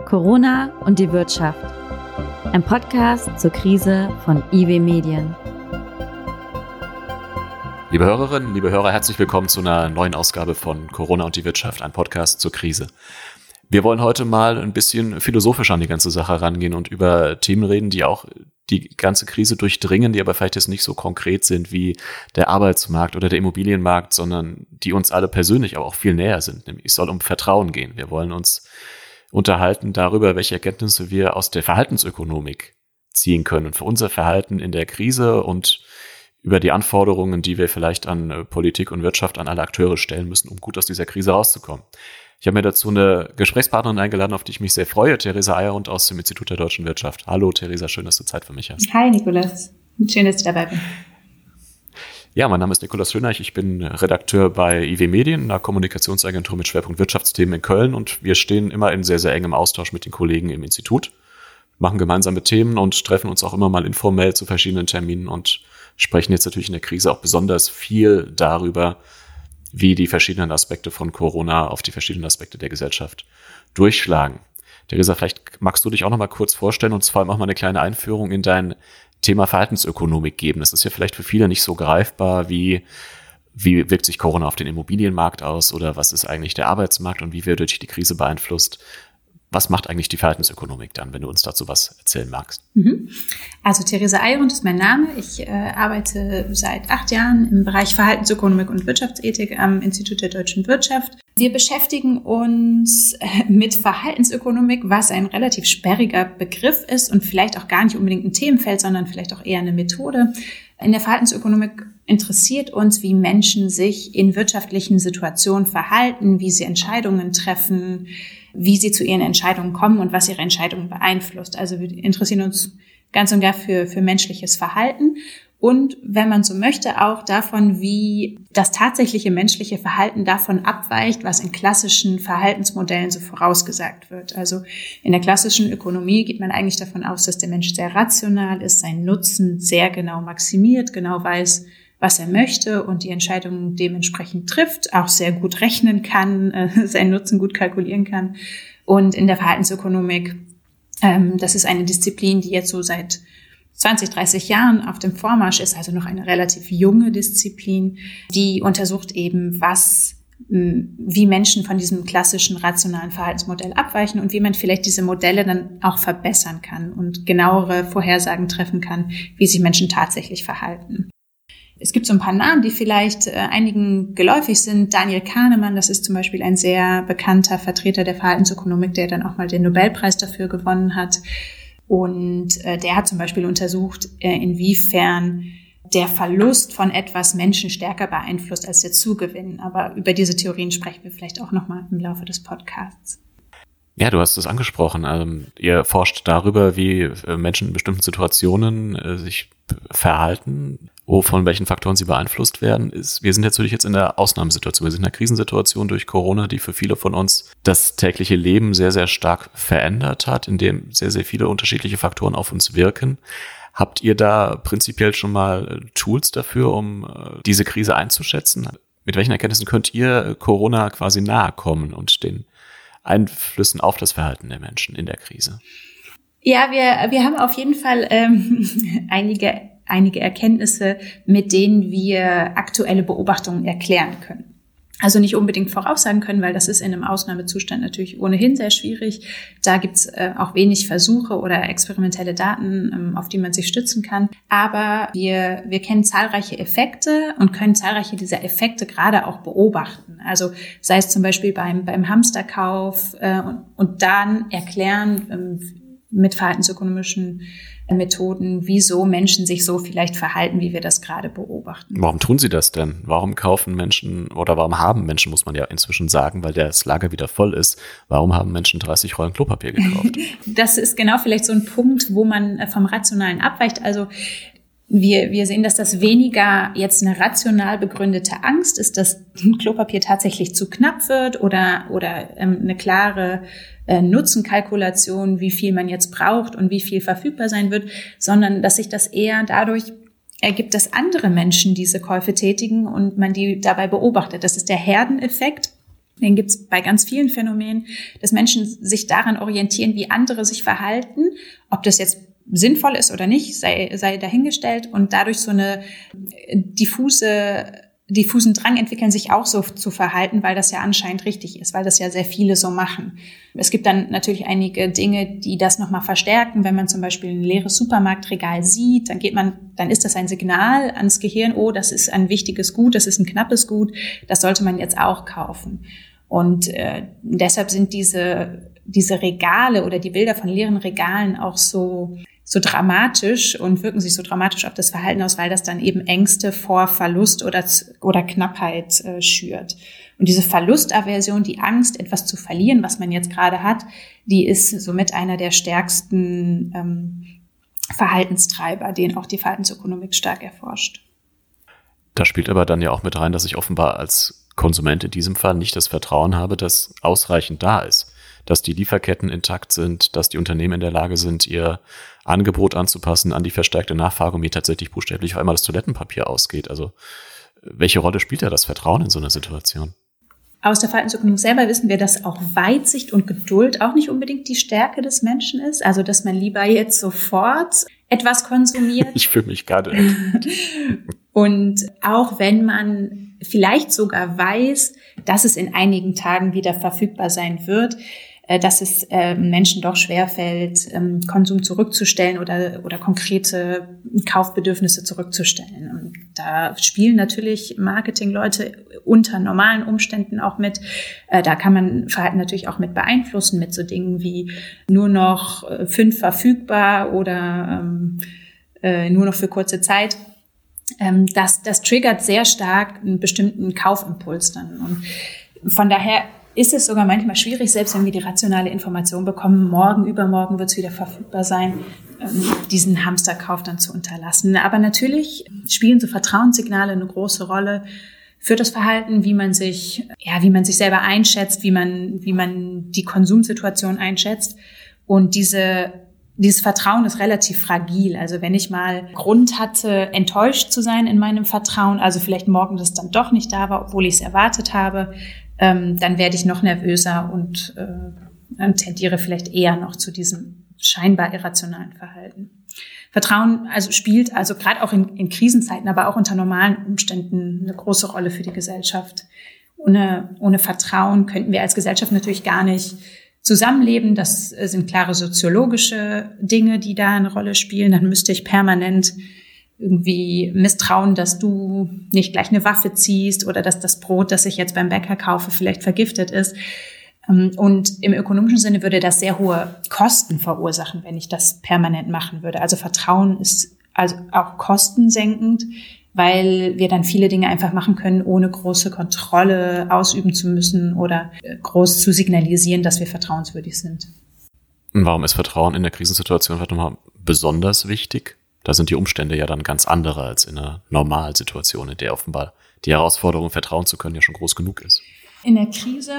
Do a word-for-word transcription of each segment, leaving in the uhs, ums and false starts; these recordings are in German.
Corona und die Wirtschaft. Ein Podcast zur Krise von I W Medien. Liebe Hörerinnen, liebe Hörer, herzlich willkommen zu einer neuen Ausgabe von Corona und die Wirtschaft, ein Podcast zur Krise. Wir wollen heute mal ein bisschen philosophisch an die ganze Sache rangehen und über Themen reden, die auch die ganze Krise durchdringen, die aber vielleicht jetzt nicht so konkret sind wie der Arbeitsmarkt oder der Immobilienmarkt, sondern die uns alle persönlich aber auch viel näher sind. Nämlich es soll um Vertrauen gehen. Wir wollen uns unterhalten darüber, welche Erkenntnisse wir aus der Verhaltensökonomik ziehen können für unser Verhalten in der Krise und über die Anforderungen, die wir vielleicht an Politik und Wirtschaft, an alle Akteure stellen müssen, um gut aus dieser Krise rauszukommen. Ich habe mir dazu eine Gesprächspartnerin eingeladen, auf die ich mich sehr freue, Theresa Eierund aus dem Institut der Deutschen Wirtschaft. Hallo Theresa, schön, dass du Zeit für mich hast. Hi Nikolas, schön, dass ich dabei bin. Ja, mein Name ist Nikolaus Schöneich, ich bin Redakteur bei I W Medien, einer Kommunikationsagentur mit Schwerpunkt Wirtschaftsthemen in Köln, und wir stehen immer in sehr, sehr engem Austausch mit den Kollegen im Institut, machen gemeinsame Themen und treffen uns auch immer mal informell zu verschiedenen Terminen und sprechen jetzt natürlich in der Krise auch besonders viel darüber, wie die verschiedenen Aspekte von Corona auf die verschiedenen Aspekte der Gesellschaft durchschlagen. Theresa, vielleicht magst du dich auch noch mal kurz vorstellen und vor allem auch mal eine kleine Einführung in dein Thema Verhaltensökonomik geben. Das ist ja vielleicht für viele nicht so greifbar, wie, wie wirkt sich Corona auf den Immobilienmarkt aus oder was ist eigentlich der Arbeitsmarkt und wie wird durch die Krise beeinflusst. Was macht eigentlich die Verhaltensökonomik dann, wenn du uns dazu was erzählen magst? Also Theresa Eierund ist mein Name. Ich äh, arbeite seit acht Jahren im Bereich Verhaltensökonomik und Wirtschaftsethik am Institut der Deutschen Wirtschaft. Wir beschäftigen uns äh, mit Verhaltensökonomik, was ein relativ sperriger Begriff ist und vielleicht auch gar nicht unbedingt ein Themenfeld, sondern vielleicht auch eher eine Methode. In der Verhaltensökonomik interessiert uns, wie Menschen sich in wirtschaftlichen Situationen verhalten, wie sie Entscheidungen treffen, wie sie zu ihren Entscheidungen kommen und was ihre Entscheidungen beeinflusst. Also wir interessieren uns ganz und gar für, für menschliches Verhalten und, wenn man so möchte, auch davon, wie das tatsächliche menschliche Verhalten davon abweicht, was in klassischen Verhaltensmodellen so vorausgesagt wird. Also in der klassischen Ökonomie geht man eigentlich davon aus, dass der Mensch sehr rational ist, seinen Nutzen sehr genau maximiert, genau weiß, was er möchte und die Entscheidungen dementsprechend trifft, auch sehr gut rechnen kann, äh, seinen Nutzen gut kalkulieren kann. Und in der Verhaltensökonomik, ähm, das ist eine Disziplin, die jetzt so seit zwanzig, dreißig Jahren auf dem Vormarsch ist, also noch eine relativ junge Disziplin, die untersucht eben, was, wie Menschen von diesem klassischen rationalen Verhaltensmodell abweichen und wie man vielleicht diese Modelle dann auch verbessern kann und genauere Vorhersagen treffen kann, wie sich Menschen tatsächlich verhalten. Es gibt so ein paar Namen, die vielleicht äh, einigen geläufig sind. Daniel Kahnemann, das ist zum Beispiel ein sehr bekannter Vertreter der Verhaltensökonomik, der dann auch mal den Nobelpreis dafür gewonnen hat. Und äh, der hat zum Beispiel untersucht, äh, inwiefern der Verlust von etwas Menschen stärker beeinflusst als der Zugewinn. Aber über diese Theorien sprechen wir vielleicht auch noch mal im Laufe des Podcasts. Ja, du hast es angesprochen. Ähm, ihr forscht darüber, wie äh, Menschen in bestimmten Situationen äh, sich verhalten, wo von welchen Faktoren sie beeinflusst werden. Ist, wir sind jetzt natürlich jetzt in der Ausnahmesituation. Wir sind in einer Krisensituation durch Corona, die für viele von uns das tägliche Leben sehr, sehr stark verändert hat, in dem sehr, sehr viele unterschiedliche Faktoren auf uns wirken. Habt ihr da prinzipiell schon mal Tools dafür, um äh, diese Krise einzuschätzen? Mit welchen Erkenntnissen könnt ihr Corona quasi nahe kommen und den Einflüssen auf das Verhalten der Menschen in der Krise? Ja, wir wir haben auf jeden Fall ähm, einige einige Erkenntnisse, mit denen wir aktuelle Beobachtungen erklären können. Also nicht unbedingt voraussagen können, weil das ist in einem Ausnahmezustand natürlich ohnehin sehr schwierig. Da gibt's äh, auch wenig Versuche oder experimentelle Daten, ähm, auf die man sich stützen kann. Aber wir wir kennen zahlreiche Effekte und können zahlreiche dieser Effekte gerade auch beobachten. Also sei es zum Beispiel beim beim Hamsterkauf äh, und, und dann erklären ähm, mit verhaltensökonomischen Methoden, wieso Menschen sich so vielleicht verhalten, wie wir das gerade beobachten. Warum tun sie das denn? Warum kaufen Menschen oder warum haben Menschen, muss man ja inzwischen sagen, weil das Lager wieder voll ist, warum haben Menschen dreißig Rollen Klopapier gekauft? Das ist genau vielleicht so ein Punkt, wo man vom Rationalen abweicht. Also wir, wir sehen, dass das weniger jetzt eine rational begründete Angst ist, dass Klopapier tatsächlich zu knapp wird oder, oder ähm, eine klare äh, Nutzenkalkulation, wie viel man jetzt braucht und wie viel verfügbar sein wird, sondern dass sich das eher dadurch ergibt, dass andere Menschen diese Käufe tätigen und man die dabei beobachtet. Das ist der Herdeneffekt. Den gibt es bei ganz vielen Phänomenen, dass Menschen sich daran orientieren, wie andere sich verhalten, ob das jetzt sinnvoll ist oder nicht, sei, sei dahingestellt, und dadurch so eine diffuse, diffusen Drang entwickeln, sich auch so zu verhalten, weil das ja anscheinend richtig ist, weil das ja sehr viele so machen. Es gibt dann natürlich einige Dinge, die das nochmal verstärken. Wenn man zum Beispiel ein leeres Supermarktregal sieht, dann geht man, dann ist das ein Signal ans Gehirn, oh, das ist ein wichtiges Gut, das ist ein knappes Gut, das sollte man jetzt auch kaufen. Und äh, deshalb sind diese, diese Regale oder die Bilder von leeren Regalen auch so so dramatisch und wirken sich so dramatisch auf das Verhalten aus, weil das dann eben Ängste vor Verlust oder, oder Knappheit äh, schürt. Und diese Verlustaversion, die Angst, etwas zu verlieren, was man jetzt gerade hat, die ist somit einer der stärksten ähm, Verhaltenstreiber, den auch die Verhaltensökonomik stark erforscht. Da spielt aber dann ja auch mit rein, dass ich offenbar als Konsument in diesem Fall nicht das Vertrauen habe, dass ausreichend da ist, dass die Lieferketten intakt sind, dass die Unternehmen in der Lage sind, ihr Angebot anzupassen an die verstärkte Nachfrage, und mir tatsächlich buchstäblich auf einmal das Toilettenpapier ausgeht. Also welche Rolle spielt da das Vertrauen in so einer Situation? Aus der Verhaltensökonomik selber wissen wir, dass auch Weitsicht und Geduld auch nicht unbedingt die Stärke des Menschen ist. Also dass man lieber jetzt sofort etwas konsumiert. Ich fühle mich gerade. Und auch wenn man vielleicht sogar weiß, dass es in einigen Tagen wieder verfügbar sein wird, dass es äh, Menschen doch schwerfällt, ähm, Konsum zurückzustellen oder, oder konkrete Kaufbedürfnisse zurückzustellen. Und da spielen natürlich Marketingleute unter normalen Umständen auch mit. Äh, da kann man Verhalten natürlich auch mit beeinflussen, mit so Dingen wie nur noch äh, fünf verfügbar oder ähm, äh, nur noch für kurze Zeit. Ähm, das, das triggert sehr stark einen bestimmten Kaufimpuls dann. Und von daher ist es sogar manchmal schwierig, selbst wenn wir die rationale Information bekommen, morgen, übermorgen wird es wieder verfügbar sein, diesen Hamsterkauf dann zu unterlassen. Aber natürlich spielen so Vertrauenssignale eine große Rolle für das Verhalten, wie man sich, ja, wie man sich selber einschätzt, wie man, wie man die Konsumsituation einschätzt. Und diese Dieses Vertrauen ist relativ fragil. Also wenn ich mal Grund hatte, enttäuscht zu sein in meinem Vertrauen, also vielleicht morgen das dann doch nicht da war, obwohl ich es erwartet habe, ähm, dann werde ich noch nervöser und äh, tendiere vielleicht eher noch zu diesem scheinbar irrationalen Verhalten. Vertrauen also spielt also gerade auch in, in Krisenzeiten, aber auch unter normalen Umständen eine große Rolle für die Gesellschaft. Ohne, ohne Vertrauen könnten wir als Gesellschaft natürlich gar nicht zusammenleben. Das sind klare soziologische Dinge, die da eine Rolle spielen. Dann müsste ich permanent irgendwie misstrauen, dass du nicht gleich eine Waffe ziehst oder dass das Brot, das ich jetzt beim Bäcker kaufe, vielleicht vergiftet ist. Und im ökonomischen Sinne würde das sehr hohe Kosten verursachen, wenn ich das permanent machen würde. Also Vertrauen ist also auch kostensenkend, weil wir dann viele Dinge einfach machen können, ohne große Kontrolle ausüben zu müssen oder groß zu signalisieren, dass wir vertrauenswürdig sind. Warum ist Vertrauen in der Krisensituation vielleicht nochmal besonders wichtig? Da sind die Umstände ja dann ganz andere als in einer Normalsituation, in der offenbar die Herausforderung, vertrauen zu können, ja schon groß genug ist. In der Krise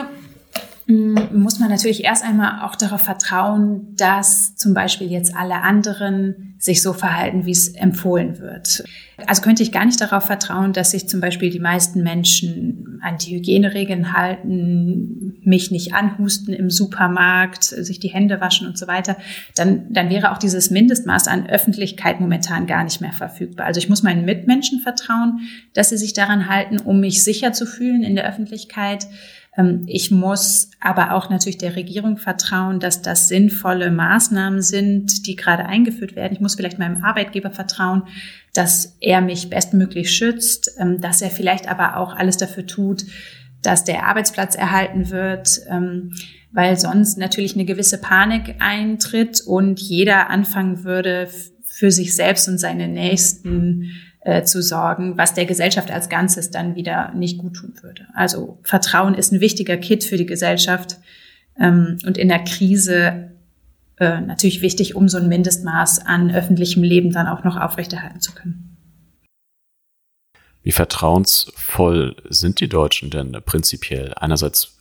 muss man natürlich erst einmal auch darauf vertrauen, dass zum Beispiel jetzt alle anderen sich so verhalten, wie es empfohlen wird. Also könnte ich gar nicht darauf vertrauen, dass sich zum Beispiel die meisten Menschen an die Hygieneregeln halten, mich nicht anhusten im Supermarkt, sich die Hände waschen und so weiter. Dann, dann wäre auch dieses Mindestmaß an Öffentlichkeit momentan gar nicht mehr verfügbar. Also ich muss meinen Mitmenschen vertrauen, dass sie sich daran halten, um mich sicher zu fühlen in der Öffentlichkeit. Ich muss aber auch natürlich der Regierung vertrauen, dass das sinnvolle Maßnahmen sind, die gerade eingeführt werden. Ich muss vielleicht meinem Arbeitgeber vertrauen, dass er mich bestmöglich schützt, dass er vielleicht aber auch alles dafür tut, dass der Arbeitsplatz erhalten wird, weil sonst natürlich eine gewisse Panik eintritt und jeder anfangen würde, für sich selbst und seine Nächsten zu sorgen, was der Gesellschaft als Ganzes dann wieder nicht gut tun würde. Also Vertrauen ist ein wichtiger Kit für die Gesellschaft ähm, und in der Krise äh, natürlich wichtig, um so ein Mindestmaß an öffentlichem Leben dann auch noch aufrechterhalten zu können. Wie vertrauensvoll sind die Deutschen denn prinzipiell? Einerseits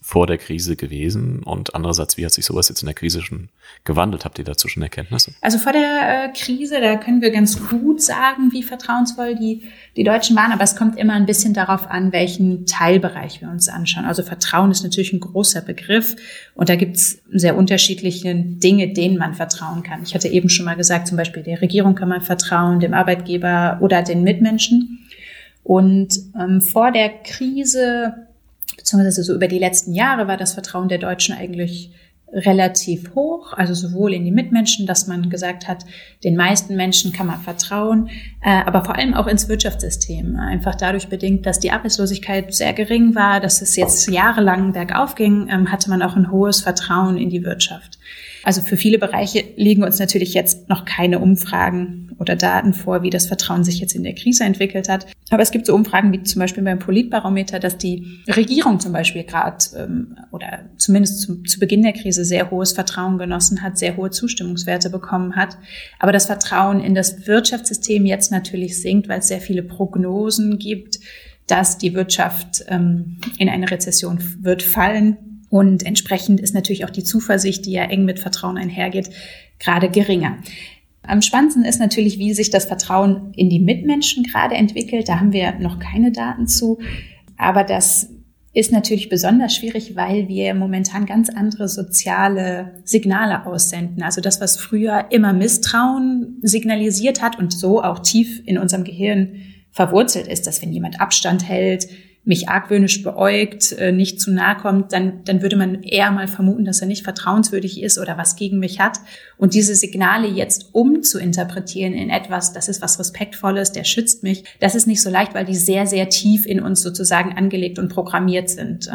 vor der Krise gewesen? Und andererseits, wie hat sich sowas jetzt in der Krise schon gewandelt? Habt ihr dazu schon Erkenntnisse? Also vor der äh, Krise, da können wir ganz gut sagen, wie vertrauensvoll die, die Deutschen waren. Aber es kommt immer ein bisschen darauf an, welchen Teilbereich wir uns anschauen. Also Vertrauen ist natürlich ein großer Begriff. Und da gibt es sehr unterschiedliche Dinge, denen man vertrauen kann. Ich hatte eben schon mal gesagt, zum Beispiel der Regierung kann man vertrauen, dem Arbeitgeber oder den Mitmenschen. Und ähm, vor der Krise, beziehungsweise so über die letzten Jahre, war das Vertrauen der Deutschen eigentlich relativ hoch, also sowohl in die Mitmenschen, dass man gesagt hat, den meisten Menschen kann man vertrauen, äh, aber vor allem auch ins Wirtschaftssystem. Einfach dadurch bedingt, dass die Arbeitslosigkeit sehr gering war, dass es jetzt jahrelang bergauf ging, ähm, hatte man auch ein hohes Vertrauen in die Wirtschaft. Also für viele Bereiche liegen uns natürlich jetzt noch keine Umfragen oder Daten vor, wie das Vertrauen sich jetzt in der Krise entwickelt hat. Aber es gibt so Umfragen wie zum Beispiel beim Politbarometer, dass die Regierung zum Beispiel gerade ähm, oder zumindest zu, zu Beginn der Krise sehr hohes Vertrauen genossen hat, sehr hohe Zustimmungswerte bekommen hat. Aber das Vertrauen in das Wirtschaftssystem jetzt natürlich sinkt, weil es sehr viele Prognosen gibt, dass die Wirtschaft ähm, in eine Rezession wird fallen. Und entsprechend ist natürlich auch die Zuversicht, die ja eng mit Vertrauen einhergeht, gerade geringer. Am spannendsten ist natürlich, wie sich das Vertrauen in die Mitmenschen gerade entwickelt. Da haben wir noch keine Daten zu. Aber das ist natürlich besonders schwierig, weil wir momentan ganz andere soziale Signale aussenden. Also das, was früher immer Misstrauen signalisiert hat und so auch tief in unserem Gehirn verwurzelt ist, dass wenn jemand Abstand hält, mich argwöhnisch beäugt, nicht zu nahe kommt, dann, dann würde man eher mal vermuten, dass er nicht vertrauenswürdig ist oder was gegen mich hat. Und diese Signale jetzt umzuinterpretieren in etwas, das ist was Respektvolles, der schützt mich, das ist nicht so leicht, weil die sehr, sehr tief in uns sozusagen angelegt und programmiert sind.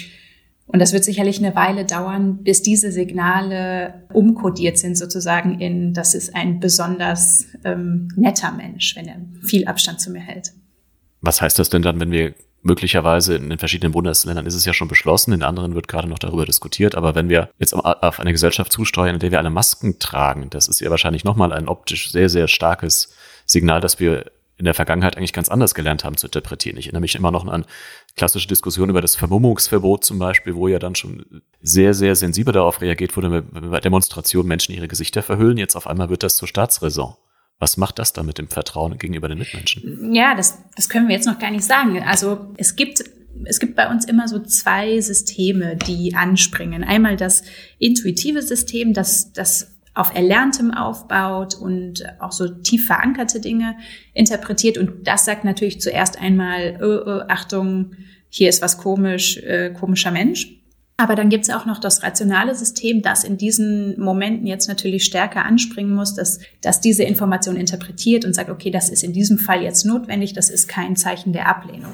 Und das wird sicherlich eine Weile dauern, bis diese Signale umkodiert sind sozusagen in, das ist ein besonders ähm, netter Mensch, wenn er viel Abstand zu mir hält. Was heißt das denn dann, wenn wir möglicherweise in den verschiedenen Bundesländern ist es ja schon beschlossen, in anderen wird gerade noch darüber diskutiert, aber wenn wir jetzt auf eine Gesellschaft zusteuern, in der wir alle Masken tragen, das ist ja wahrscheinlich nochmal ein optisch sehr, sehr starkes Signal, dass wir in der Vergangenheit eigentlich ganz anders gelernt haben zu interpretieren. Ich erinnere mich immer noch an klassische Diskussionen über das Vermummungsverbot zum Beispiel, wo ja dann schon sehr, sehr sensibel darauf reagiert wurde, wenn bei Demonstrationen Menschen ihre Gesichter verhüllen. Jetzt auf einmal wird das zur Staatsräson. Was macht das dann mit dem Vertrauen gegenüber den Mitmenschen? Ja, das, das können wir jetzt noch gar nicht sagen. Also es gibt, es gibt bei uns immer so zwei Systeme, die anspringen. Einmal das intuitive System, das, das auf Erlerntem aufbaut und auch so tief verankerte Dinge interpretiert. Und das sagt natürlich zuerst einmal, oh, oh, Achtung, hier ist was komisch, äh, komischer Mensch. Aber dann gibt es auch noch das rationale System, das in diesen Momenten jetzt natürlich stärker anspringen muss, dass, dass diese Information interpretiert und sagt, okay, das ist in diesem Fall jetzt notwendig, das ist kein Zeichen der Ablehnung.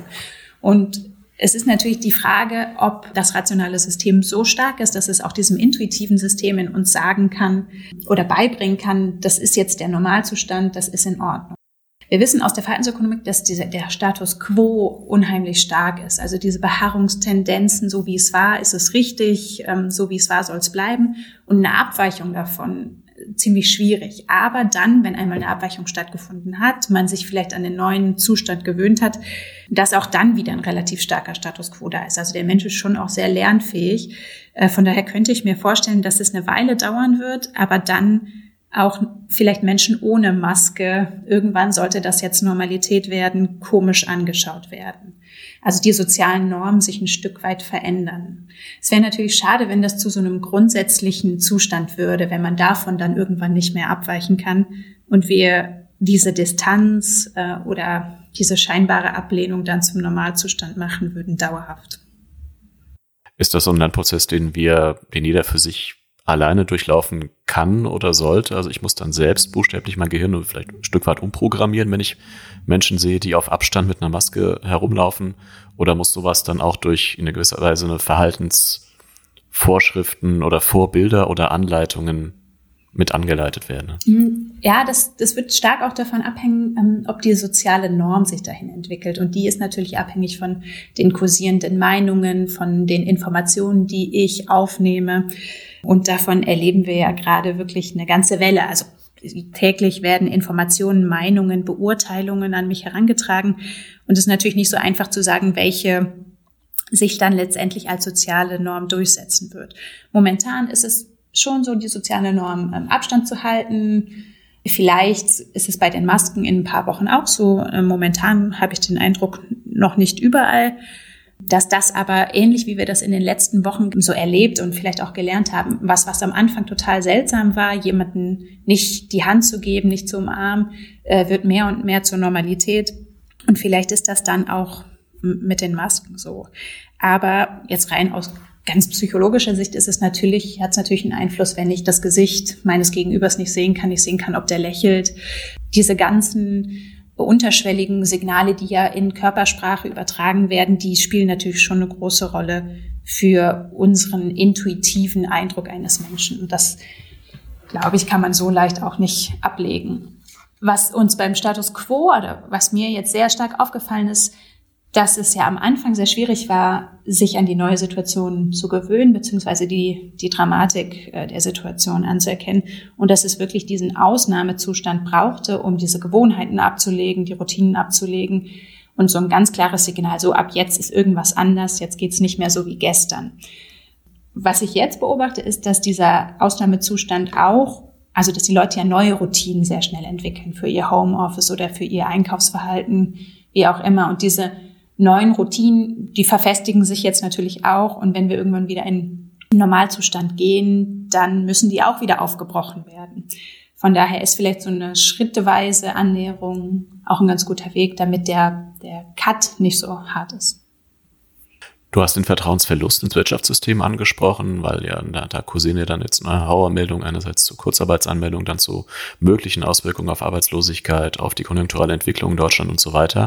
Und es ist natürlich die Frage, ob das rationale System so stark ist, dass es auch diesem intuitiven System in uns sagen kann oder beibringen kann, das ist jetzt der Normalzustand, das ist in Ordnung. Wir wissen aus der Verhaltensökonomik, dass dieser, der Status quo unheimlich stark ist. Also diese Beharrungstendenzen, so wie es war, ist es richtig, ähm, so wie es war, soll es bleiben. Und eine Abweichung davon ziemlich schwierig. Aber dann, wenn einmal eine Abweichung stattgefunden hat, man sich vielleicht an den neuen Zustand gewöhnt hat, dass auch dann wieder ein relativ starker Status quo da ist. Also der Mensch ist schon auch sehr lernfähig. Äh, von daher könnte ich mir vorstellen, dass es eine Weile dauern wird, aber dann auch vielleicht Menschen ohne Maske, irgendwann sollte das jetzt Normalität werden, komisch angeschaut werden. Also die sozialen Normen sich ein Stück weit verändern. Es wäre natürlich schade, wenn das zu so einem grundsätzlichen Zustand würde, wenn man davon dann irgendwann nicht mehr abweichen kann und wir diese Distanz äh, oder diese scheinbare Ablehnung dann zum Normalzustand machen würden, dauerhaft. Ist das so ein Lernprozess, den wir, den jeder für sich alleine durchlaufen kann oder sollte? Also ich muss dann selbst buchstäblich mein Gehirn vielleicht ein Stück weit umprogrammieren, wenn ich Menschen sehe, die auf Abstand mit einer Maske herumlaufen, oder muss sowas dann auch durch in einer gewisser Weise eine Verhaltensvorschriften oder Vorbilder oder Anleitungen mit angeleitet werden? Ja, das, das wird stark auch davon abhängen, ob die soziale Norm sich dahin entwickelt. Und die ist natürlich abhängig von den kursierenden Meinungen, von den Informationen, die ich aufnehme. Und davon erleben wir ja gerade wirklich eine ganze Welle. Also täglich werden Informationen, Meinungen, Beurteilungen an mich herangetragen. Und es ist natürlich nicht so einfach zu sagen, welche sich dann letztendlich als soziale Norm durchsetzen wird. Momentan ist es schon so, die soziale Norm ähm, Abstand zu halten. Vielleicht ist es bei den Masken in ein paar Wochen auch so. Ähm, momentan habe ich den Eindruck, noch nicht überall. Dass das aber ähnlich wie wir das in den letzten Wochen so erlebt und vielleicht auch gelernt haben, was was am Anfang total seltsam war, jemanden nicht die Hand zu geben, nicht zu umarmen, äh, wird mehr und mehr zur Normalität. Und vielleicht ist das dann auch mit den Masken so. Aber jetzt rein aus ganz psychologischer Sicht ist es natürlich, hat es natürlich einen Einfluss, wenn ich das Gesicht meines Gegenübers nicht sehen kann, nicht sehen kann, ob der lächelt. Diese ganzen unterschwelligen Signale, die ja in Körpersprache übertragen werden, die spielen natürlich schon eine große Rolle für unseren intuitiven Eindruck eines Menschen. Und das, glaube ich, kann man so leicht auch nicht ablegen. Was uns beim Status Quo oder was mir jetzt sehr stark aufgefallen ist, dass es ja am Anfang sehr schwierig war, sich an die neue Situation zu gewöhnen, beziehungsweise die, die Dramatik der Situation anzuerkennen und dass es wirklich diesen Ausnahmezustand brauchte, um diese Gewohnheiten abzulegen, die Routinen abzulegen und so ein ganz klares Signal, so ab jetzt ist irgendwas anders, jetzt geht's nicht mehr so wie gestern. Was ich jetzt beobachte, ist, dass dieser Ausnahmezustand auch, also dass die Leute ja neue Routinen sehr schnell entwickeln für ihr Homeoffice oder für ihr Einkaufsverhalten, wie auch immer, und diese neuen Routinen, die verfestigen sich jetzt natürlich auch. Und wenn wir irgendwann wieder in den Normalzustand gehen, dann müssen die auch wieder aufgebrochen werden. Von daher ist vielleicht so eine schrittweise Annäherung auch ein ganz guter Weg, damit der, der Cut nicht so hart ist. Du hast den Vertrauensverlust ins Wirtschaftssystem angesprochen, weil ja da, da kursieren ja dann jetzt eine Hauermeldung einerseits zur Kurzarbeitsanmeldung, dann zu möglichen Auswirkungen auf Arbeitslosigkeit, auf die konjunkturelle Entwicklung in Deutschland und so weiter.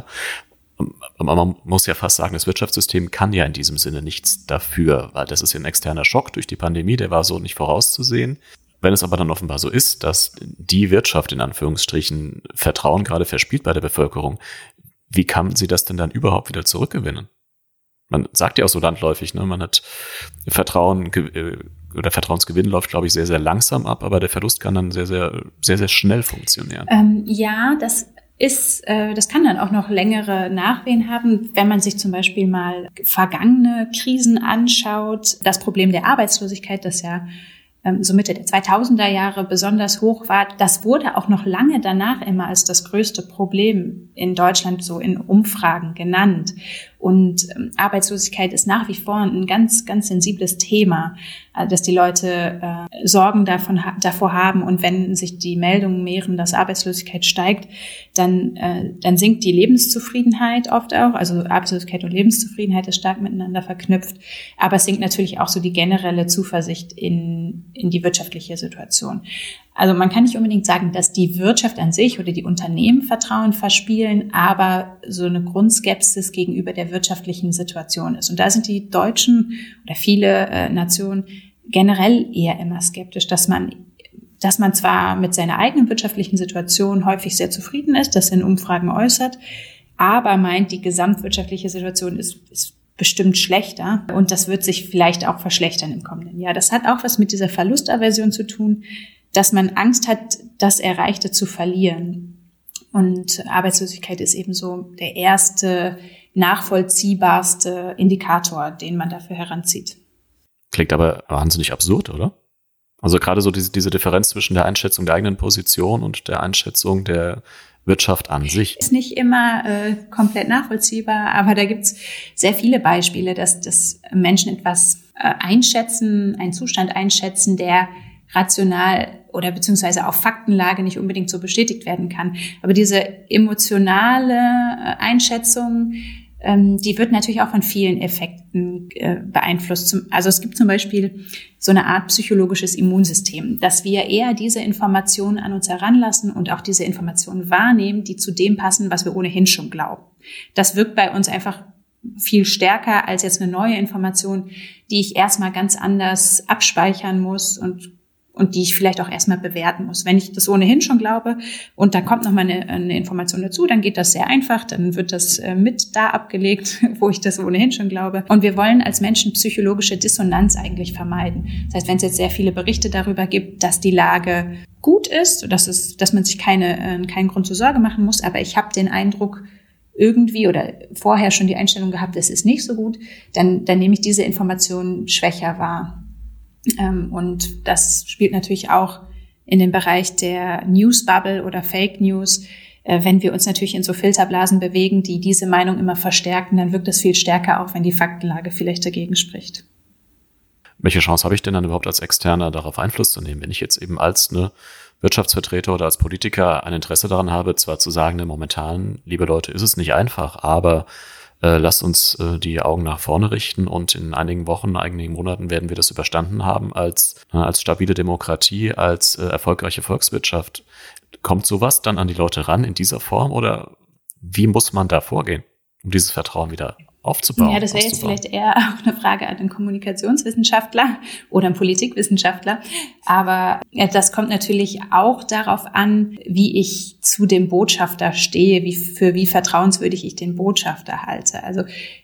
Man muss ja fast sagen, das Wirtschaftssystem kann ja in diesem Sinne nichts dafür, weil das ist ja ein externer Schock durch die Pandemie, der war so nicht vorauszusehen. Wenn es aber dann offenbar so ist, dass die Wirtschaft in Anführungsstrichen Vertrauen gerade verspielt bei der Bevölkerung, wie kann sie das denn dann überhaupt wieder zurückgewinnen? Man sagt ja auch so landläufig, ne, man hat Vertrauen oder Vertrauensgewinn läuft, glaube ich, sehr, sehr langsam ab, aber der Verlust kann dann sehr, sehr, sehr, sehr schnell funktionieren. Ähm, ja, das ist, äh, das kann dann auch noch längere Nachwehen haben, wenn man sich zum Beispiel mal vergangene Krisen anschaut. Das Problem der Arbeitslosigkeit, das ja ähm, so Mitte der zweitausender Jahre besonders hoch war, das wurde auch noch lange danach immer als das größte Problem in Deutschland so in Umfragen genannt. Und ähm, Arbeitslosigkeit ist nach wie vor ein ganz, ganz sensibles Thema, äh, dass die Leute äh, Sorgen davon, ha- davor haben. Und wenn sich die Meldungen mehren, dass Arbeitslosigkeit steigt, dann, äh, dann sinkt die Lebenszufriedenheit oft auch. Also Arbeitslosigkeit und Lebenszufriedenheit ist stark miteinander verknüpft. Aber es sinkt natürlich auch so die generelle Zuversicht in, in die wirtschaftliche Situation. Also man kann nicht unbedingt sagen, dass die Wirtschaft an sich oder die Unternehmen Vertrauen verspielen, aber so eine Grundskepsis gegenüber der wirtschaftlichen Situation ist. Und da sind die Deutschen oder viele äh, Nationen generell eher immer skeptisch, dass man, dass man zwar mit seiner eigenen wirtschaftlichen Situation häufig sehr zufrieden ist, das in Umfragen äußert, aber meint, die gesamtwirtschaftliche Situation ist, ist bestimmt schlechter und das wird sich vielleicht auch verschlechtern im kommenden Jahr. Das hat auch was mit dieser Verlustaversion zu tun, dass man Angst hat, das Erreichte zu verlieren. Und Arbeitslosigkeit ist eben so der erste, nachvollziehbarste Indikator, den man dafür heranzieht. Klingt aber wahnsinnig absurd, oder? Also gerade so diese, diese Differenz zwischen der Einschätzung der eigenen Position und der Einschätzung der Wirtschaft an sich. Ist nicht immer äh, komplett nachvollziehbar, aber da gibt's sehr viele Beispiele, dass, dass Menschen etwas äh, einschätzen, einen Zustand einschätzen, der rational oder beziehungsweise auf Faktenlage nicht unbedingt so bestätigt werden kann. Aber diese emotionale Einschätzung, ähm, die wird natürlich auch von vielen Effekten äh, beeinflusst. Zum, also es gibt zum Beispiel so eine Art psychologisches Immunsystem, dass wir eher diese Informationen an uns heranlassen und auch diese Informationen wahrnehmen, die zu dem passen, was wir ohnehin schon glauben. Das wirkt bei uns einfach viel stärker als jetzt eine neue Information, die ich erstmal ganz anders abspeichern muss und und die ich vielleicht auch erstmal bewerten muss. Wenn ich das ohnehin schon glaube und da kommt nochmal eine, eine Information dazu, dann geht das sehr einfach, dann wird das äh, mit da abgelegt, wo ich das ohnehin schon glaube. Und wir wollen als Menschen psychologische Dissonanz eigentlich vermeiden. Das heißt, wenn es jetzt sehr viele Berichte darüber gibt, dass die Lage gut ist, dass es, dass man sich keine, äh, keinen Grund zur Sorge machen muss, aber ich habe den Eindruck, irgendwie oder vorher schon die Einstellung gehabt, es ist nicht so gut, dann, dann nehme ich diese Informationen schwächer wahr. Ähm, und das spielt natürlich auch in den Bereich der Newsbubble oder Fake News. Äh, wenn wir uns natürlich in so Filterblasen bewegen, die diese Meinung immer verstärken, dann wirkt das viel stärker auch, wenn die Faktenlage vielleicht dagegen spricht. Welche Chance habe ich denn dann überhaupt als Externer darauf Einfluss zu nehmen, wenn ich jetzt eben als eine Wirtschaftsvertreter oder als Politiker ein Interesse daran habe, zwar zu sagen, ne, momentan, liebe Leute, ist es nicht einfach, aber äh, lasst uns äh, die Augen nach vorne richten und in einigen Wochen, einigen Monaten werden wir das überstanden haben als, äh, als stabile Demokratie, als äh, erfolgreiche Volkswirtschaft. Kommt sowas dann an die Leute ran in dieser Form oder wie muss man da vorgehen, um dieses Vertrauen wieder aufzubauen? Ja, das wäre jetzt vielleicht eher auch eine Frage an den Kommunikationswissenschaftler oder einen Politikwissenschaftler. Aber ja, das kommt natürlich auch darauf an, wie ich zu dem Botschafter stehe, wie für wie vertrauenswürdig ich den Botschafter halte. Also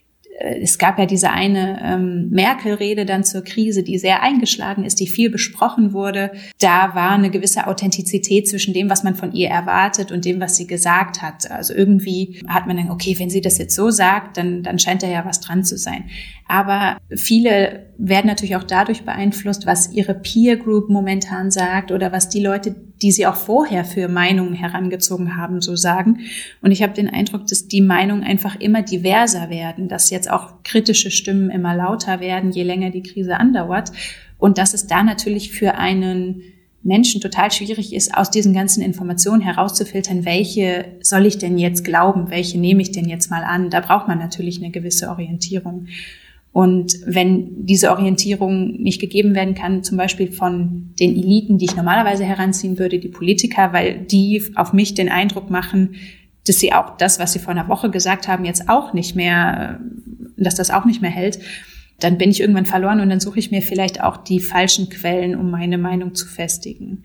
es gab ja diese eine ähm, Merkel-Rede dann zur Krise, die sehr eingeschlagen ist, die viel besprochen wurde. Da war eine gewisse Authentizität zwischen dem, was man von ihr erwartet und dem, was sie gesagt hat. Also irgendwie hat man dann, okay, wenn sie das jetzt so sagt, dann, dann scheint da ja was dran zu sein. Aber viele werden natürlich auch dadurch beeinflusst, was ihre Peer Group momentan sagt oder was die Leute, die sie auch vorher für Meinungen herangezogen haben, so sagen. Und ich habe den Eindruck, dass die Meinungen einfach immer diverser werden, dass jetzt auch kritische Stimmen immer lauter werden, je länger die Krise andauert. Und dass es da natürlich für einen Menschen total schwierig ist, aus diesen ganzen Informationen herauszufiltern, welche soll ich denn jetzt glauben, welche nehme ich denn jetzt mal an. Da braucht man natürlich eine gewisse Orientierung. Und wenn diese Orientierung nicht gegeben werden kann, zum Beispiel von den Eliten, die ich normalerweise heranziehen würde, die Politiker, weil die auf mich den Eindruck machen, dass sie auch das, was sie vor einer Woche gesagt haben, jetzt auch nicht mehr, dass das auch nicht mehr hält, dann bin ich irgendwann verloren und dann suche ich mir vielleicht auch die falschen Quellen, um meine Meinung zu festigen.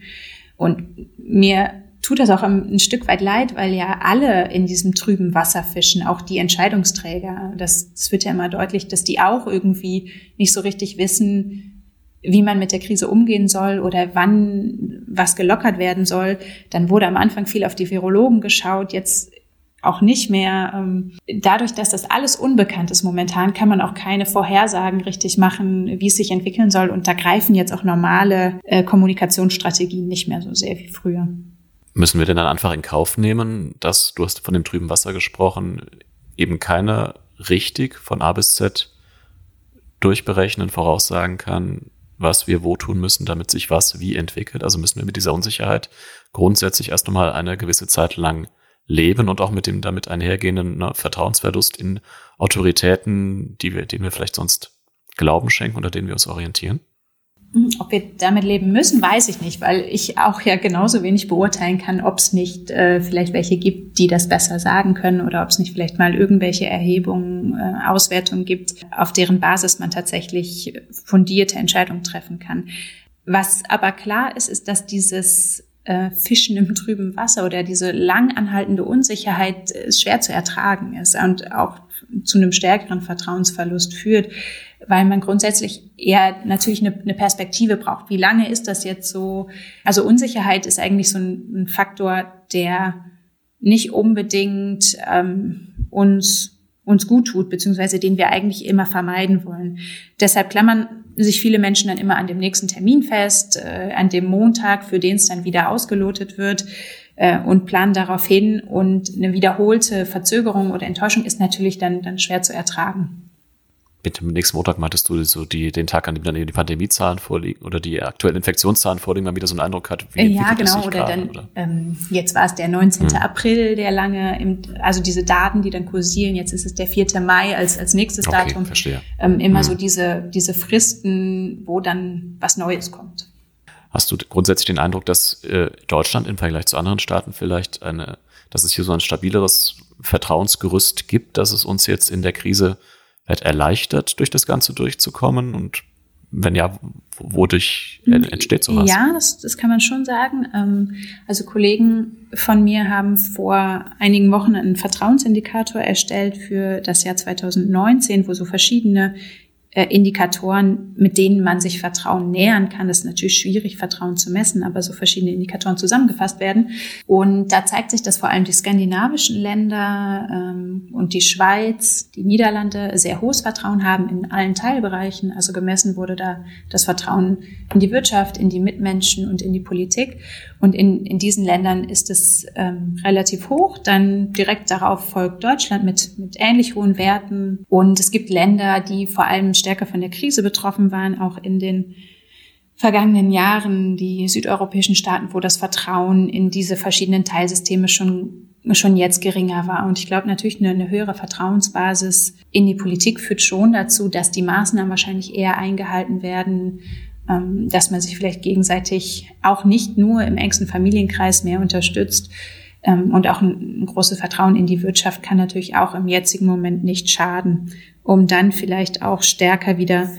Und mir tut das auch ein Stück weit leid, weil ja alle in diesem trüben Wasser fischen, auch die Entscheidungsträger. Das, das wird ja immer deutlich, dass die auch irgendwie nicht so richtig wissen, wie man mit der Krise umgehen soll oder wann was gelockert werden soll. Dann wurde am Anfang viel auf die Virologen geschaut, jetzt auch nicht mehr. Dadurch, dass das alles unbekannt ist momentan, kann man auch keine Vorhersagen richtig machen, wie es sich entwickeln soll. Und da greifen jetzt auch normale äh, Kommunikationsstrategien nicht mehr so sehr wie früher. Müssen wir denn dann einfach in Kauf nehmen, dass, du hast von dem trüben Wasser gesprochen, eben keiner richtig von A bis Z durchberechnen, voraussagen kann, was wir wo tun müssen, damit sich was wie entwickelt? Also müssen wir mit dieser Unsicherheit grundsätzlich erst einmal eine gewisse Zeit lang leben und auch mit dem damit einhergehenden ne, Vertrauensverlust in Autoritäten, die wir, denen wir vielleicht sonst Glauben schenken oder denen wir uns orientieren? Ob wir damit leben müssen, weiß ich nicht, weil ich auch ja genauso wenig beurteilen kann, ob es nicht äh, vielleicht welche gibt, die das besser sagen können oder ob es nicht vielleicht mal irgendwelche Erhebungen, äh, Auswertungen gibt, auf deren Basis man tatsächlich fundierte Entscheidungen treffen kann. Was aber klar ist, ist, dass dieses äh, Fischen im trüben Wasser oder diese lang anhaltende Unsicherheit äh, schwer zu ertragen ist und auch zu einem stärkeren Vertrauensverlust führt, weil man grundsätzlich eher natürlich eine, eine Perspektive braucht. Wie lange ist das jetzt so? Also Unsicherheit ist eigentlich so ein, ein Faktor, der nicht unbedingt ähm, uns uns gut tut, beziehungsweise den wir eigentlich immer vermeiden wollen. Deshalb klammern sich viele Menschen dann immer an dem nächsten Termin fest, äh, an dem Montag, für den es dann wieder ausgelotet wird, äh, und planen darauf hin. Und eine wiederholte Verzögerung oder Enttäuschung ist natürlich dann dann schwer zu ertragen. Mit dem nächsten Montag meintest du so die, den Tag, an dem dann die Pandemiezahlen vorliegen oder die aktuellen Infektionszahlen vorliegen, man wieder so einen Eindruck hat, wie ja, genau, das sich oder gerade, dann, oder? Ähm, jetzt war es der neunzehnten Hm. April, der lange, im, also diese Daten, die dann kursieren, jetzt ist es der vierte Mai als, als nächstes Okay, Datum. verstehe. Ähm, immer Hm. so diese, diese Fristen, wo dann was Neues kommt. Hast du grundsätzlich den Eindruck, dass äh, Deutschland im Vergleich zu anderen Staaten vielleicht eine, dass es hier so ein stabileres Vertrauensgerüst gibt, dass es uns jetzt in der Krise halt erleichtert, durch das Ganze durchzukommen? Und wenn ja, wodurch entsteht sowas? Ja, das, das kann man schon sagen. Ähm, also Kollegen von mir haben vor einigen Wochen einen Vertrauensindikator erstellt für das Jahr zwanzig neunzehn, wo so verschiedene Indikatoren, mit denen man sich Vertrauen nähern kann. Das ist natürlich schwierig, Vertrauen zu messen, aber so verschiedene Indikatoren zusammengefasst werden. Und da zeigt sich, dass vor allem die skandinavischen Länder ähm, und die Schweiz, die Niederlande sehr hohes Vertrauen haben in allen Teilbereichen. Also gemessen wurde da das Vertrauen in die Wirtschaft, in die Mitmenschen und in die Politik. Und in, in diesen Ländern ist es ähm, relativ hoch. Dann direkt darauf folgt Deutschland mit, mit ähnlich hohen Werten. Und es gibt Länder, die vor allem stärker von der Krise betroffen waren, auch in den vergangenen Jahren, die südeuropäischen Staaten, wo das Vertrauen in diese verschiedenen Teilsysteme schon, schon jetzt geringer war. Und ich glaube natürlich, eine, eine höhere Vertrauensbasis in die Politik führt schon dazu, dass die Maßnahmen wahrscheinlich eher eingehalten werden, ähm, dass man sich vielleicht gegenseitig auch nicht nur im engsten Familienkreis mehr unterstützt. Ähm, und auch ein, ein großes Vertrauen in die Wirtschaft kann natürlich auch im jetzigen Moment nicht schaden, um dann vielleicht auch stärker wieder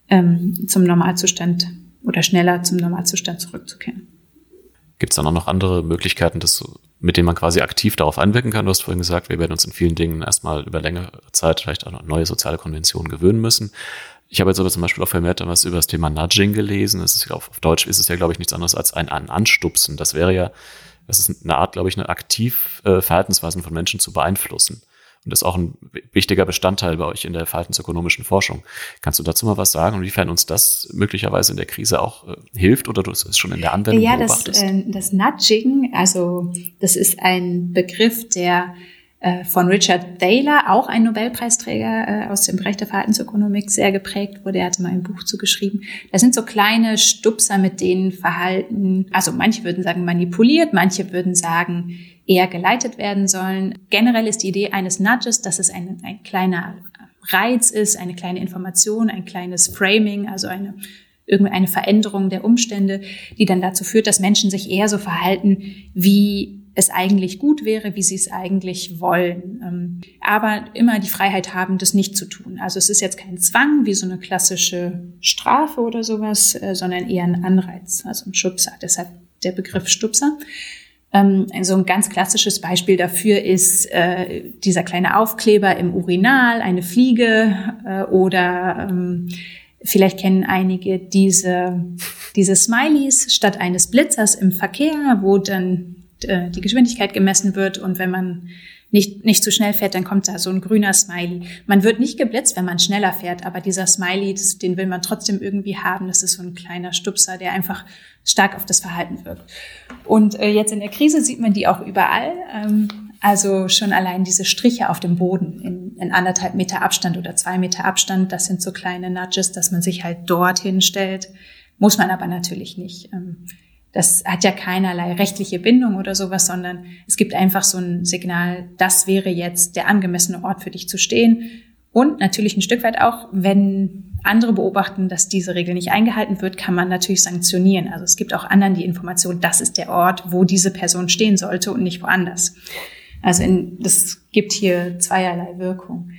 ähm, zum Normalzustand oder schneller zum Normalzustand zurückzukehren. Gibt es dann auch noch andere Möglichkeiten, das, mit denen man quasi aktiv darauf einwirken kann? Du hast vorhin gesagt, wir werden uns in vielen Dingen erstmal über längere Zeit vielleicht auch noch neue soziale Konventionen gewöhnen müssen. Ich habe jetzt aber zum Beispiel auch vermehrt was über das Thema Nudging gelesen. Das ist, auf Deutsch ist es ja, glaube ich, nichts anderes als ein Anstupsen. Das wäre ja, das ist eine Art, glaube ich, eine aktiv äh, Verhaltensweisen von Menschen zu beeinflussen. Und das ist auch ein wichtiger Bestandteil bei euch in der verhaltensökonomischen Forschung. Kannst du dazu mal was sagen, inwiefern uns das möglicherweise in der Krise auch äh, hilft oder du es schon in der Anwendung ja, beobachtest? Ja, das, äh, das Nudging, also das ist ein Begriff, der äh, von Richard Thaler, auch ein Nobelpreisträger äh, aus dem Bereich der Verhaltensökonomik, sehr geprägt wurde. Er hatte mal ein Buch zugeschrieben. Das sind so kleine Stupser, mit denen Verhalten, also manche würden sagen manipuliert, manche würden sagen eher geleitet werden sollen. Generell ist die Idee eines Nudges, dass es ein, ein kleiner Reiz ist, eine kleine Information, ein kleines Framing, also eine irgendeine Veränderung der Umstände, die dann dazu führt, dass Menschen sich eher so verhalten, wie es eigentlich gut wäre, wie sie es eigentlich wollen. Aber immer die Freiheit haben, das nicht zu tun. Also es ist jetzt kein Zwang, wie so eine klassische Strafe oder sowas, sondern eher ein Anreiz, also ein Schubser. Deshalb der Begriff Stupser. Ähm, so ein ganz klassisches Beispiel dafür ist äh, dieser kleine Aufkleber im Urinal, eine Fliege äh, oder ähm, vielleicht kennen einige diese, diese Smileys statt eines Blitzers im Verkehr, wo dann äh, die Geschwindigkeit gemessen wird und wenn man nicht, nicht zu schnell fährt, dann kommt da so ein grüner Smiley. Man wird nicht geblitzt, wenn man schneller fährt, aber dieser Smiley, das, den will man trotzdem irgendwie haben. Das ist so ein kleiner Stupser, der einfach stark auf das Verhalten wirkt. Und äh, jetzt in der Krise sieht man die auch überall. Ähm, also schon allein diese Striche auf dem Boden in, in anderthalb Meter Abstand oder zwei Meter Abstand, das sind so kleine Nudges, dass man sich halt dorthin stellt. Muss man aber natürlich nicht. Ähm, Das hat ja keinerlei rechtliche Bindung oder sowas, sondern es gibt einfach so ein Signal, das wäre jetzt der angemessene Ort für dich zu stehen. Und natürlich ein Stück weit auch, wenn andere beobachten, dass diese Regel nicht eingehalten wird, kann man natürlich sanktionieren. Also es gibt auch anderen die Information, das ist der Ort, wo diese Person stehen sollte und nicht woanders. Also in, das gibt hier zweierlei Wirkung.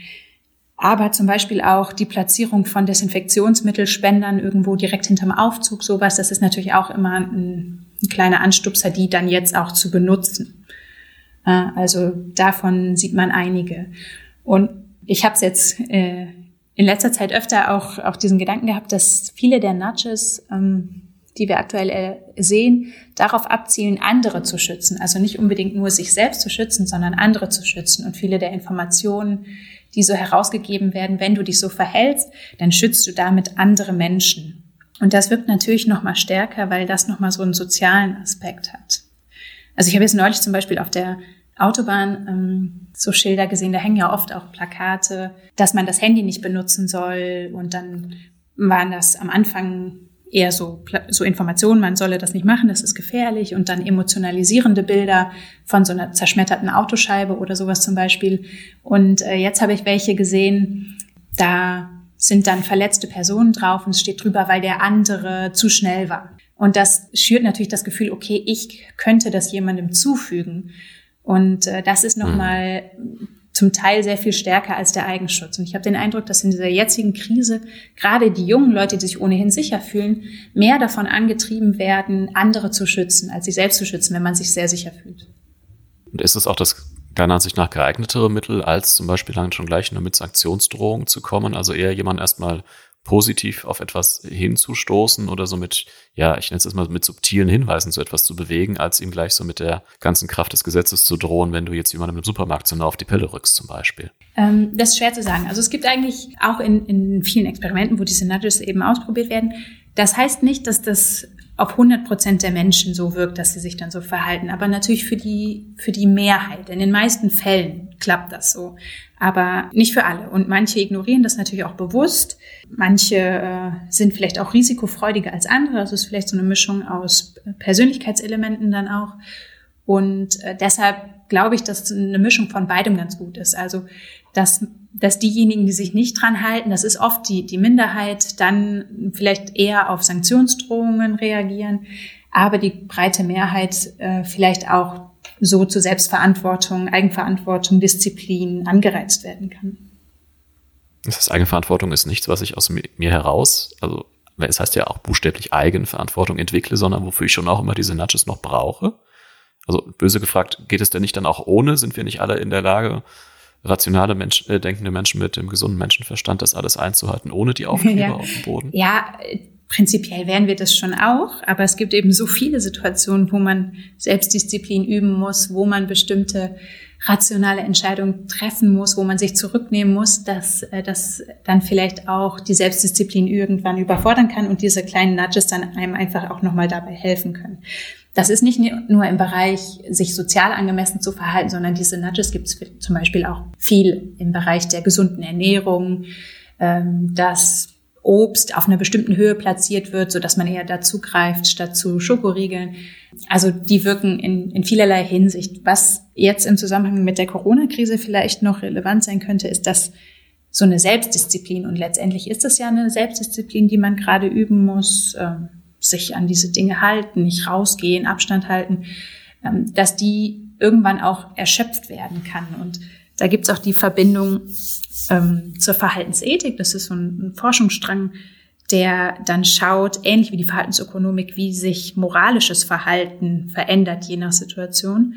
Aber zum Beispiel auch die Platzierung von Desinfektionsmittelspendern irgendwo direkt hinterm Aufzug, sowas, das ist natürlich auch immer ein, ein kleiner Anstupser, die dann jetzt auch zu benutzen. Also davon sieht man einige. Und ich habe es jetzt äh, in letzter Zeit öfter auch, auch diesen Gedanken gehabt, dass viele der Nudges, ähm, die wir aktuell äh, sehen, darauf abzielen, andere zu schützen. Also nicht unbedingt nur sich selbst zu schützen, sondern andere zu schützen. Und viele der Informationen, die so herausgegeben werden, wenn du dich so verhältst, dann schützt du damit andere Menschen. Und das wirkt natürlich noch mal stärker, weil das noch mal so einen sozialen Aspekt hat. Also ich habe jetzt neulich zum Beispiel auf der Autobahn ähm, so Schilder gesehen, da hängen ja oft auch Plakate, dass man das Handy nicht benutzen soll. Und dann waren das am Anfang eher so, so Informationen, man solle das nicht machen, das ist gefährlich. Und dann emotionalisierende Bilder von so einer zerschmetterten Autoscheibe oder sowas zum Beispiel. Und äh, jetzt habe ich welche gesehen, da sind dann verletzte Personen drauf und es steht drüber, weil der andere zu schnell war. Und das schürt natürlich das Gefühl, okay, ich könnte das jemandem zufügen. Und äh, das ist nochmal zum Teil sehr viel stärker als der Eigenschutz. Und ich habe den Eindruck, dass in dieser jetzigen Krise gerade die jungen Leute, die sich ohnehin sicher fühlen, mehr davon angetrieben werden, andere zu schützen, als sich selbst zu schützen, wenn man sich sehr sicher fühlt. Und ist es auch das deiner Ansicht nach geeignetere Mittel, als zum Beispiel dann schon gleich nur mit Sanktionsdrohungen zu kommen? Also eher jemanden erstmal positiv auf etwas hinzustoßen oder so mit, ja, ich nenne es jetzt mal mit subtilen Hinweisen zu etwas zu bewegen, als ihm gleich so mit der ganzen Kraft des Gesetzes zu drohen, wenn du jetzt jemandem im Supermarkt so nah auf die Pelle rückst zum Beispiel? Ähm, das ist schwer zu sagen. Also es gibt eigentlich auch in, in vielen Experimenten, wo diese Nudges eben ausprobiert werden, das heißt nicht, dass das auf hundert Prozent der Menschen so wirkt, dass sie sich dann so verhalten. Aber natürlich für die, für die Mehrheit. In den meisten Fällen klappt das so. Aber nicht für alle. Und manche ignorieren das natürlich auch bewusst. Manche äh, sind vielleicht auch risikofreudiger als andere. Also es ist vielleicht so eine Mischung aus Persönlichkeitselementen dann auch. Und äh, deshalb glaube ich, dass eine Mischung von beidem ganz gut ist. Also, dass, dass diejenigen, die sich nicht dran halten, das ist oft die, die Minderheit, dann vielleicht eher auf Sanktionsdrohungen reagieren, aber die breite Mehrheit äh, vielleicht auch so zu Selbstverantwortung, Eigenverantwortung, Disziplin angereizt werden kann. Das heißt, Eigenverantwortung ist nichts, was ich aus mir heraus, also es heißt ja auch buchstäblich Eigenverantwortung entwickle, sondern wofür ich schon auch immer diese Nudges noch brauche. Also böse gefragt, geht es denn nicht dann auch ohne? Sind wir nicht alle in der Lage, rationale Mensch, äh, denkende Menschen mit dem gesunden Menschenverstand, das alles einzuhalten, ohne die Aufkleber ja. auf dem Boden? Ja, prinzipiell wären wir das schon auch, aber es gibt eben so viele Situationen, wo man Selbstdisziplin üben muss, wo man bestimmte rationale Entscheidungen treffen muss, wo man sich zurücknehmen muss, dass äh, das dann vielleicht auch die Selbstdisziplin irgendwann überfordern kann und diese kleinen Nudges dann einem einfach auch nochmal dabei helfen können. Das ist nicht nur im Bereich, sich sozial angemessen zu verhalten, sondern diese Nudges gibt es zum Beispiel auch viel im Bereich der gesunden Ernährung, ähm, dass Obst auf einer bestimmten Höhe platziert wird, so dass man eher dazu greift, statt zu Schokoriegeln. Also die wirken in, in vielerlei Hinsicht. Was jetzt im Zusammenhang mit der Corona-Krise vielleicht noch relevant sein könnte, ist, dass so eine Selbstdisziplin, und letztendlich ist das ja eine Selbstdisziplin, die man gerade üben muss, ähm, sich an diese Dinge halten, nicht rausgehen, Abstand halten, ähm, dass die irgendwann auch erschöpft werden kann. Und da gibt's auch die Verbindung ähm, zur Verhaltensethik. Das ist so ein, ein Forschungsstrang, der dann schaut, ähnlich wie die Verhaltensökonomik, wie sich moralisches Verhalten verändert, je nach Situation.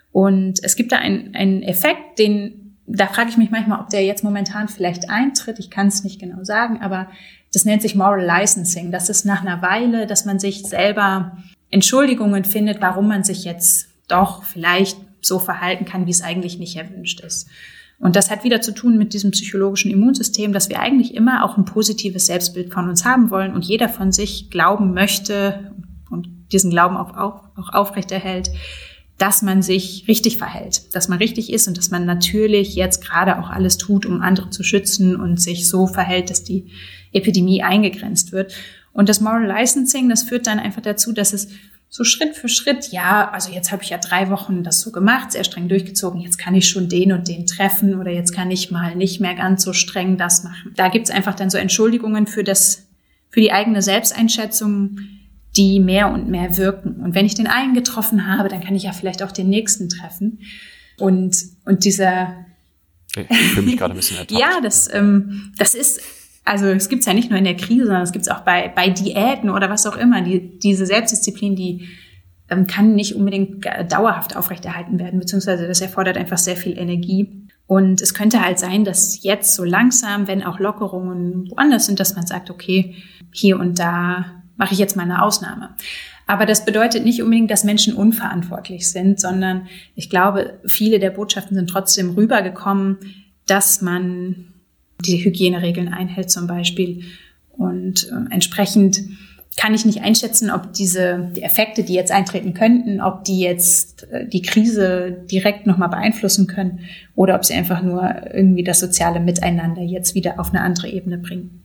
Und es gibt da einen, einen Effekt, den, da frage ich mich manchmal, ob der jetzt momentan vielleicht eintritt. Ich kann es nicht genau sagen, aber das nennt sich Moral Licensing. Das ist nach einer Weile, dass man sich selber Entschuldigungen findet, warum man sich jetzt doch vielleicht so verhalten kann, wie es eigentlich nicht erwünscht ist. Und das hat wieder zu tun mit diesem psychologischen Immunsystem, dass wir eigentlich immer auch ein positives Selbstbild von uns haben wollen und jeder von sich glauben möchte und diesen Glauben auch, auch, auch aufrechterhält, dass man sich richtig verhält, dass man richtig ist und dass man natürlich jetzt gerade auch alles tut, um andere zu schützen und sich so verhält, dass die Epidemie eingegrenzt wird. Und das Moral Licensing, das führt dann einfach dazu, dass es so Schritt für Schritt, ja, also jetzt habe ich ja drei Wochen das so gemacht, sehr streng durchgezogen, jetzt kann ich schon den und den treffen oder jetzt kann ich mal nicht mehr ganz so streng das machen. Da gibt's einfach dann so Entschuldigungen für das, für die eigene Selbsteinschätzung, die mehr und mehr wirken. Und wenn ich den einen getroffen habe, dann kann ich ja vielleicht auch den nächsten treffen. Und, und dieser... Okay, ich fühle mich gerade ein bisschen ertappt. Ja, das, ähm, das ist... Also es gibt's ja nicht nur in der Krise, sondern es gibt's auch bei, bei Diäten oder was auch immer. Die, diese Selbstdisziplin, die ähm, kann nicht unbedingt dauerhaft aufrechterhalten werden, beziehungsweise das erfordert einfach sehr viel Energie. Und es könnte halt sein, dass jetzt so langsam, wenn auch Lockerungen woanders sind, dass man sagt, okay, hier und da mache ich jetzt mal eine Ausnahme. Aber das bedeutet nicht unbedingt, dass Menschen unverantwortlich sind, sondern ich glaube, viele der Botschaften sind trotzdem rübergekommen, dass man die Hygieneregeln einhält zum Beispiel. Und äh, entsprechend kann ich nicht einschätzen, ob diese die Effekte, die jetzt eintreten könnten, ob die jetzt äh, die Krise direkt nochmal beeinflussen können oder ob sie einfach nur irgendwie das soziale Miteinander jetzt wieder auf eine andere Ebene bringen.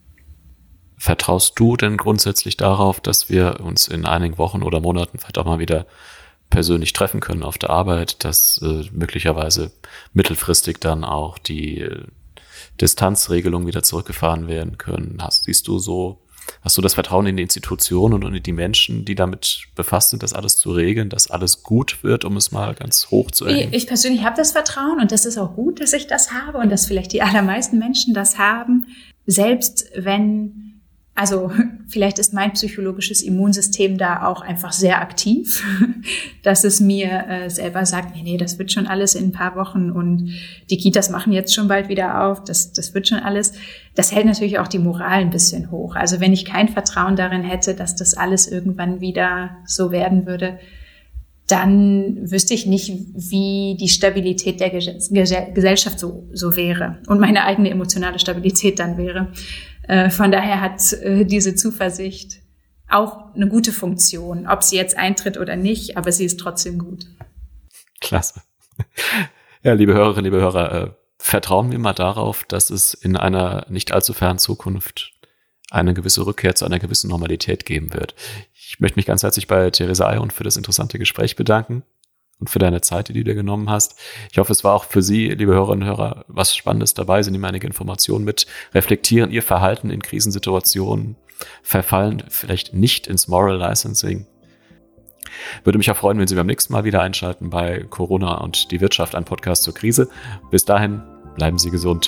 Vertraust du denn grundsätzlich darauf, dass wir uns in einigen Wochen oder Monaten vielleicht auch mal wieder persönlich treffen können auf der Arbeit, dass äh, möglicherweise mittelfristig dann auch die äh, Distanzregelungen wieder zurückgefahren werden können? Hast, siehst du so, hast du das Vertrauen in die Institutionen und in die Menschen, die damit befasst sind, das alles zu regeln, dass alles gut wird, um es mal ganz hoch zu erheben? Ich persönlich habe das Vertrauen und das ist auch gut, dass ich das habe und dass vielleicht die allermeisten Menschen das haben. Selbst wenn Also vielleicht ist mein psychologisches Immunsystem da auch einfach sehr aktiv, dass es mir äh, selber sagt, nee, nee, das wird schon alles in ein paar Wochen und die Kitas machen jetzt schon bald wieder auf, das, das wird schon alles. Das hält natürlich auch die Moral ein bisschen hoch. Also wenn ich kein Vertrauen darin hätte, dass das alles irgendwann wieder so werden würde, dann wüsste ich nicht, wie die Stabilität der Gesellschaft so, so wäre und meine eigene emotionale Stabilität dann wäre. Von daher hat diese Zuversicht auch eine gute Funktion, ob sie jetzt eintritt oder nicht, aber sie ist trotzdem gut. Klasse. Ja, liebe Hörerinnen, liebe Hörer, äh, vertrauen wir mal darauf, dass es in einer nicht allzu fernen Zukunft eine gewisse Rückkehr zu einer gewissen Normalität geben wird. Ich möchte mich ganz herzlich bei Theresa Ayront für das interessante Gespräch bedanken und für deine Zeit, die du dir genommen hast. Ich hoffe, es war auch für Sie, liebe Hörerinnen und Hörer, was Spannendes dabei. Sie nehmen einige Informationen mit, reflektieren Ihr Verhalten in Krisensituationen, verfallen vielleicht nicht ins Moral Licensing. Würde mich auch freuen, wenn Sie beim nächsten Mal wieder einschalten bei Corona und die Wirtschaft, ein Podcast zur Krise. Bis dahin, bleiben Sie gesund.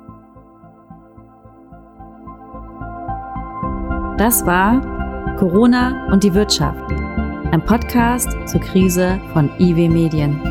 Das war Corona und die Wirtschaft, ein Podcast zur Krise von I W Medien.